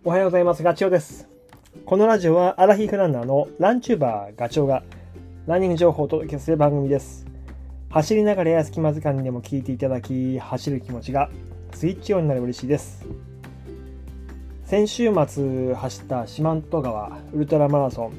おはようございます。ガチョウです。このラジオはアラヒフランナーのランチューバーガチョウがランニング情報をお届けする番組です。走りながらや隙間時間にでも聞いていただき、走る気持ちがスイッチオンになれば嬉しいです。先週末走った四万十川ウルトラマラソン、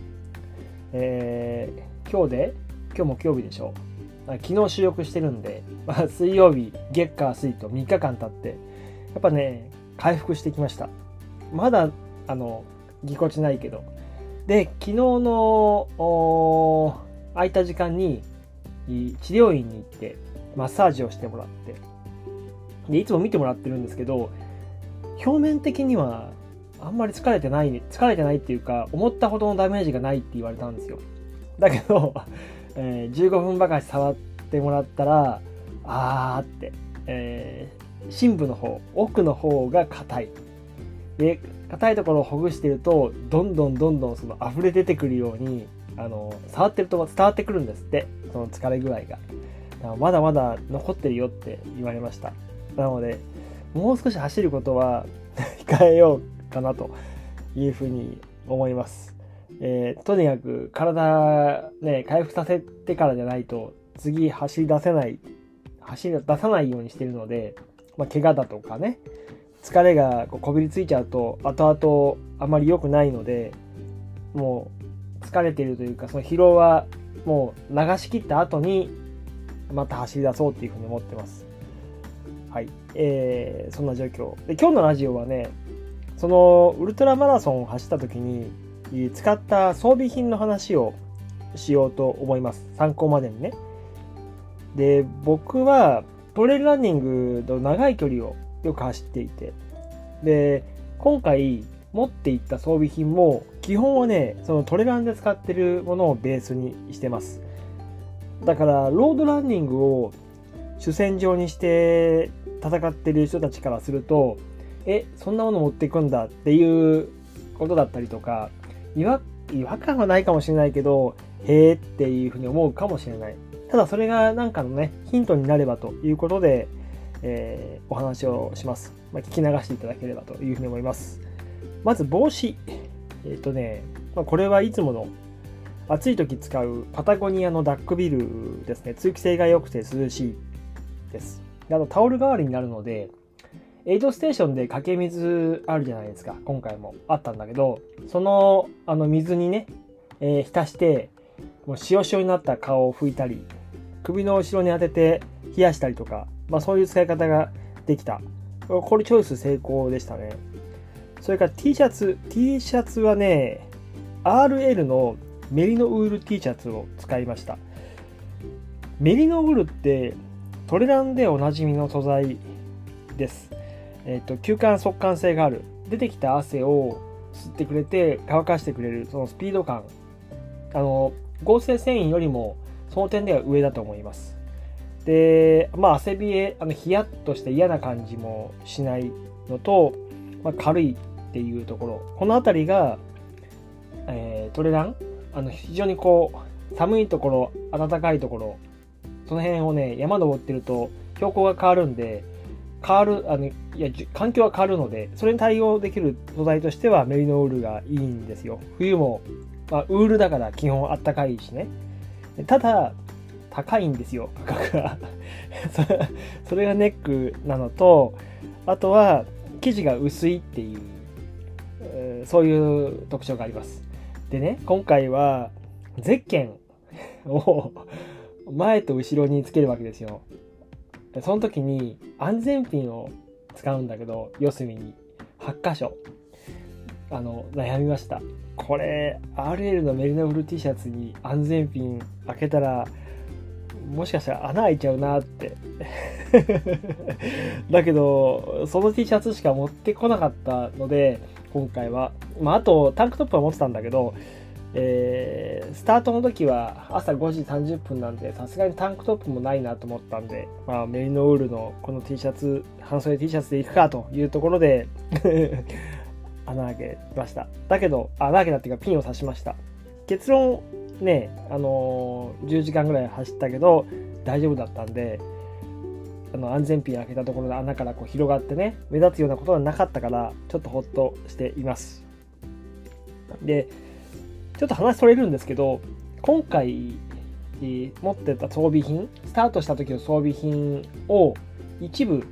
今日も木曜日でしょう。昨日収録してるんで、水曜日月火水と3日間経ってやっぱね回復してきました。まだぎこちないけど、で昨日の空いた時間に治療院に行ってマッサージをしてもらって、でいつも見てもらってるんですけど、表面的にはあんまり疲れてないっていうか、思ったほどのダメージがないって言われたんですよ。だけど、15分ばかし触ってもらったらって、深部の方、奥の方が硬い。で硬いところをほぐしてるとどんどんその溢れ出てくるように触ってると伝わってくるんですって、その疲れ具合が。まだまだ残ってるよって言われました。なのでもう少し走ることは控えようかなというふうに思います。とにかく体ね回復させてからじゃないと次走り出さないようにしてるので、怪我だとかね、疲れがこびりついちゃうと後々あまり良くないので、もう疲れているというか、その疲労はもう流し切った後にまた走り出そうっていうふうに思ってます。はい、そんな状況で、今日のラジオはね、そのウルトラマラソンを走った時に使った装備品の話をしようと思います。参考までにね。で、僕はトレイルランニングの長い距離をよく走っていて、で今回持っていった装備品も基本はね、そのトレランで使ってるものをベースにしてます。だからロードランニングを主戦場にして戦ってる人たちからすると、そんなもの持っていくんだっていうことだったりとか、違和感はないかもしれないけど、へーっていうふうに思うかもしれない。ただそれがなんかのねヒントになればということで、お話をします。聞き流していただければというふうに思います。まず帽子。これはいつもの暑い時使うパタゴニアのダックビルですね。通気性が良くて涼しいです。でタオル代わりになるので、エイドステーションでかけ水あるじゃないですか。今回もあったんだけど、その水にね、浸してもう塩になった顔を拭いたり、首の後ろに当てて冷やしたりとか、そういう使い方ができた。これチョイス成功でしたね。それから T シャツはね、RL のメリノウール T シャツを使いました。メリノウールってトレランでおなじみの素材です。吸汗速乾性がある。出てきた汗を吸ってくれて乾かしてくれる、そのスピード感、合成繊維よりもその点では上だと思います。で、汗冷え、ヒヤッとして嫌な感じもしないのと、軽いっていうところ、このあたりが、トレラン、非常に寒いところ、暖かいところ、その辺をね山登ってると標高が変わるんで、環境は変わるので、それに対応できる素材としてはメリノウールがいいんですよ。冬も、ウールだから基本あったかいしね。ただ高いんですよ、価格がそれがネックなのと、あとは生地が薄いっていう、そういう特徴があります。でね、今回はゼッケンを前と後ろにつけるわけですよ。その時に安全ピンを使うんだけど、四隅に8箇所悩みました。これ RL のメリノウール T シャツに安全ピン開けたらもしかしたら穴開いちゃうなってだけどその T シャツしか持ってこなかったので、今回はあとタンクトップは持ってたんだけど、スタートの時は朝5時30分なんで、さすがにタンクトップもないなと思ったんで、メリノウールのこの T シャツ、半袖 T シャツでいくかというところで穴開けました。だけど穴開けたっていうかピンを刺しました。結論ね、10時間ぐらい走ったけど大丈夫だったんで、 安全ピン開けたところの穴からこう広がってね、目立つようなことはなかったから、ちょっとほっとしています。で、ちょっと話それるんですけど、今回持ってた装備品、スタートした時の装備品を一部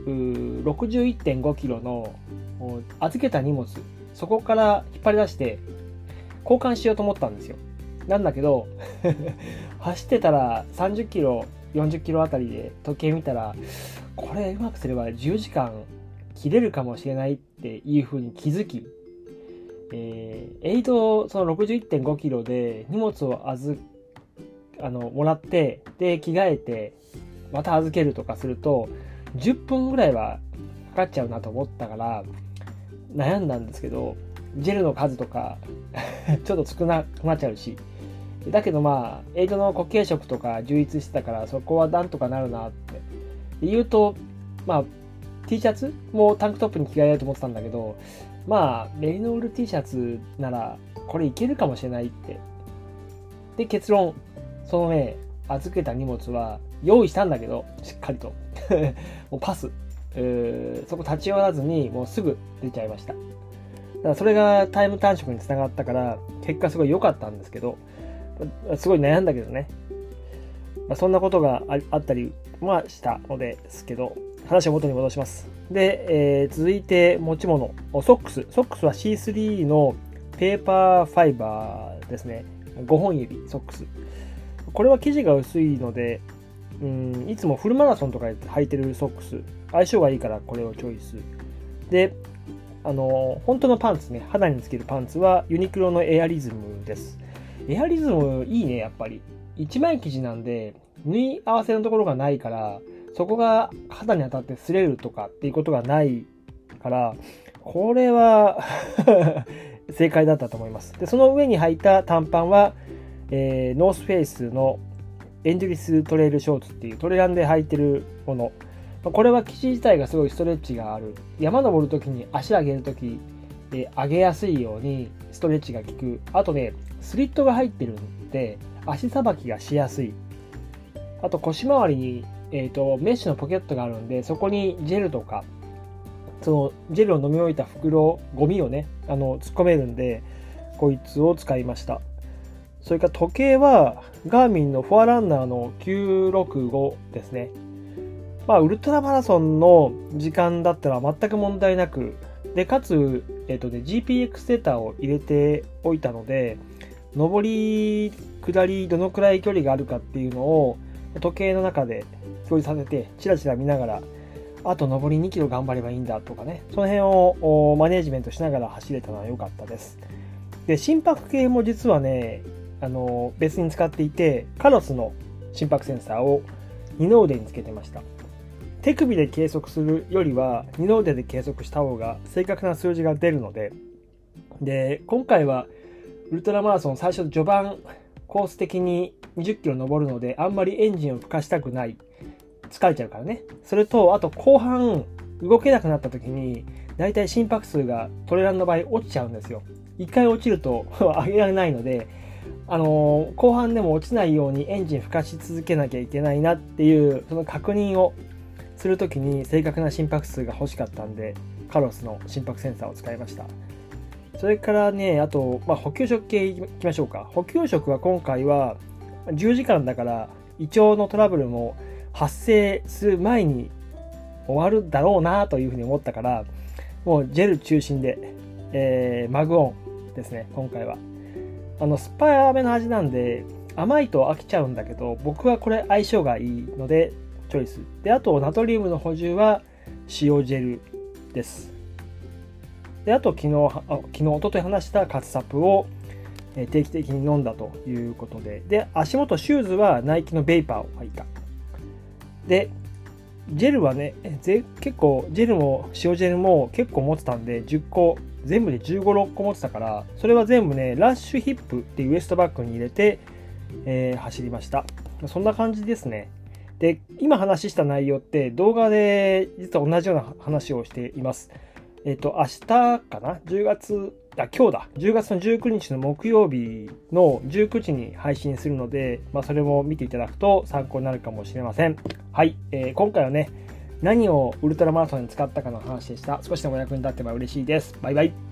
61.5 キロの預けた荷物、そこから引っ張り出して交換しようと思ったんですよ。なんだけど走ってたら30キロ40キロあたりで時計見たら、これうまくすれば10時間切れるかもしれないっていう風に気づき、エイドその 61.5 キロで荷物をもらって、で着替えてまた預けるとかすると10分ぐらいはかかっちゃうなと思ったから悩んだんですけど、ジェルの数とかちょっと少なくなっちゃうし、だけどまあエイドの固形色とか充実してたから、そこはなんとかなるなって言うと、まあ T シャツもタンクトップに着替えようと思ってたんだけど、まあメリノール T シャツならこれいけるかもしれないって。で結論、そのね預けた荷物は用意したんだけど、しっかりともうパス、そこ立ち寄らずにもうすぐ出ちゃいました。だからそれがタイム短縮につながったから結果すごい良かったんですけど、すごい悩んだけどね、そんなことがあったりはしたのですけど、話を元に戻します。で、続いて持ち物、ソックスは C3 のペーパーファイバーですね。5本指ソックス、これは生地が薄いので、いつもフルマラソンとかで履いてるソックス、相性がいいからこれをチョイスで、本当のパンツね、肌につけるパンツはユニクロのエアリズムです。エアリズムいいね、やっぱり一枚生地なんで縫い合わせのところがないから、そこが肌に当たって擦れるとかっていうことがないから、これは正解だったと思います。でその上に履いた短パンは、ノースフェイスのエンデュリストレイルショーツっていうトレランで履いてるもの。これは生地自体がすごいストレッチがある。山登るときに足上げるとき上げやすいようにストレッチが効く。あとね、スリットが入ってるんで足さばきがしやすい。あと腰回りに、メッシュのポケットがあるんで、そこにジェルとか、そのジェルを飲み終えた袋、ゴミをね、突っ込めるんで、こいつを使いました。それから時計はガーミンのフォアランナーの965ですね。まあウルトラマラソンの時間だったら全く問題なく、でかつ、GPX データを入れておいたので、上り下りどのくらい距離があるかっていうのを時計の中で表示させてチラチラ見ながら、あと上り2キロ頑張ればいいんだとかね、その辺をマネージメントしながら走れたのは良かったです。で心拍計も実はね、別に使っていて、カロスの心拍センサーを二の腕につけてました。手首で計測するよりは二の腕で計測した方が正確な数字が出るので、今回はウルトラマラソン最初の序盤コース的に20キロ登るので、あんまりエンジンを吹かしたくない、疲れちゃうからね。それとあと後半動けなくなった時にだいたい心拍数がトレランの場合落ちちゃうんですよ。一回落ちると上げられないので、後半でも落ちないようにエンジン吹かし続けなきゃいけないなっていう、その確認をするときに正確な心拍数が欲しかったんで、カロスの心拍センサーを使いました。それからね、あと、補給食系いきましょうか。補給食は今回は10時間だから胃腸のトラブルも発生する前に終わるだろうなというふうに思ったから、もうジェル中心で、マグオンですね、今回は。酸っぱめの味なんで甘いと飽きちゃうんだけど、僕はこれ相性がいいのでチョイスで、あとナトリウムの補充は塩ジェルです。であと昨日一昨日話したカツサプを定期的に飲んだということで、足元シューズはナイキのベイパーを履いた。でジェルはね、結構ジェルも塩ジェルも結構持ってたんで、10個全部で15、6個持ってたから、それは全部ねラッシュヒップっていうウエストバッグに入れて、走りました。そんな感じですね。で今話した内容って動画で実は同じような話をしています。明日かな、10月今日だ、10月の19日の木曜日の19時に配信するので、それも見ていただくと参考になるかもしれません。はい、今回はね、何をウルトラマラソンに使ったかの話でした。少しでも役に立てば嬉しいです。バイバイ。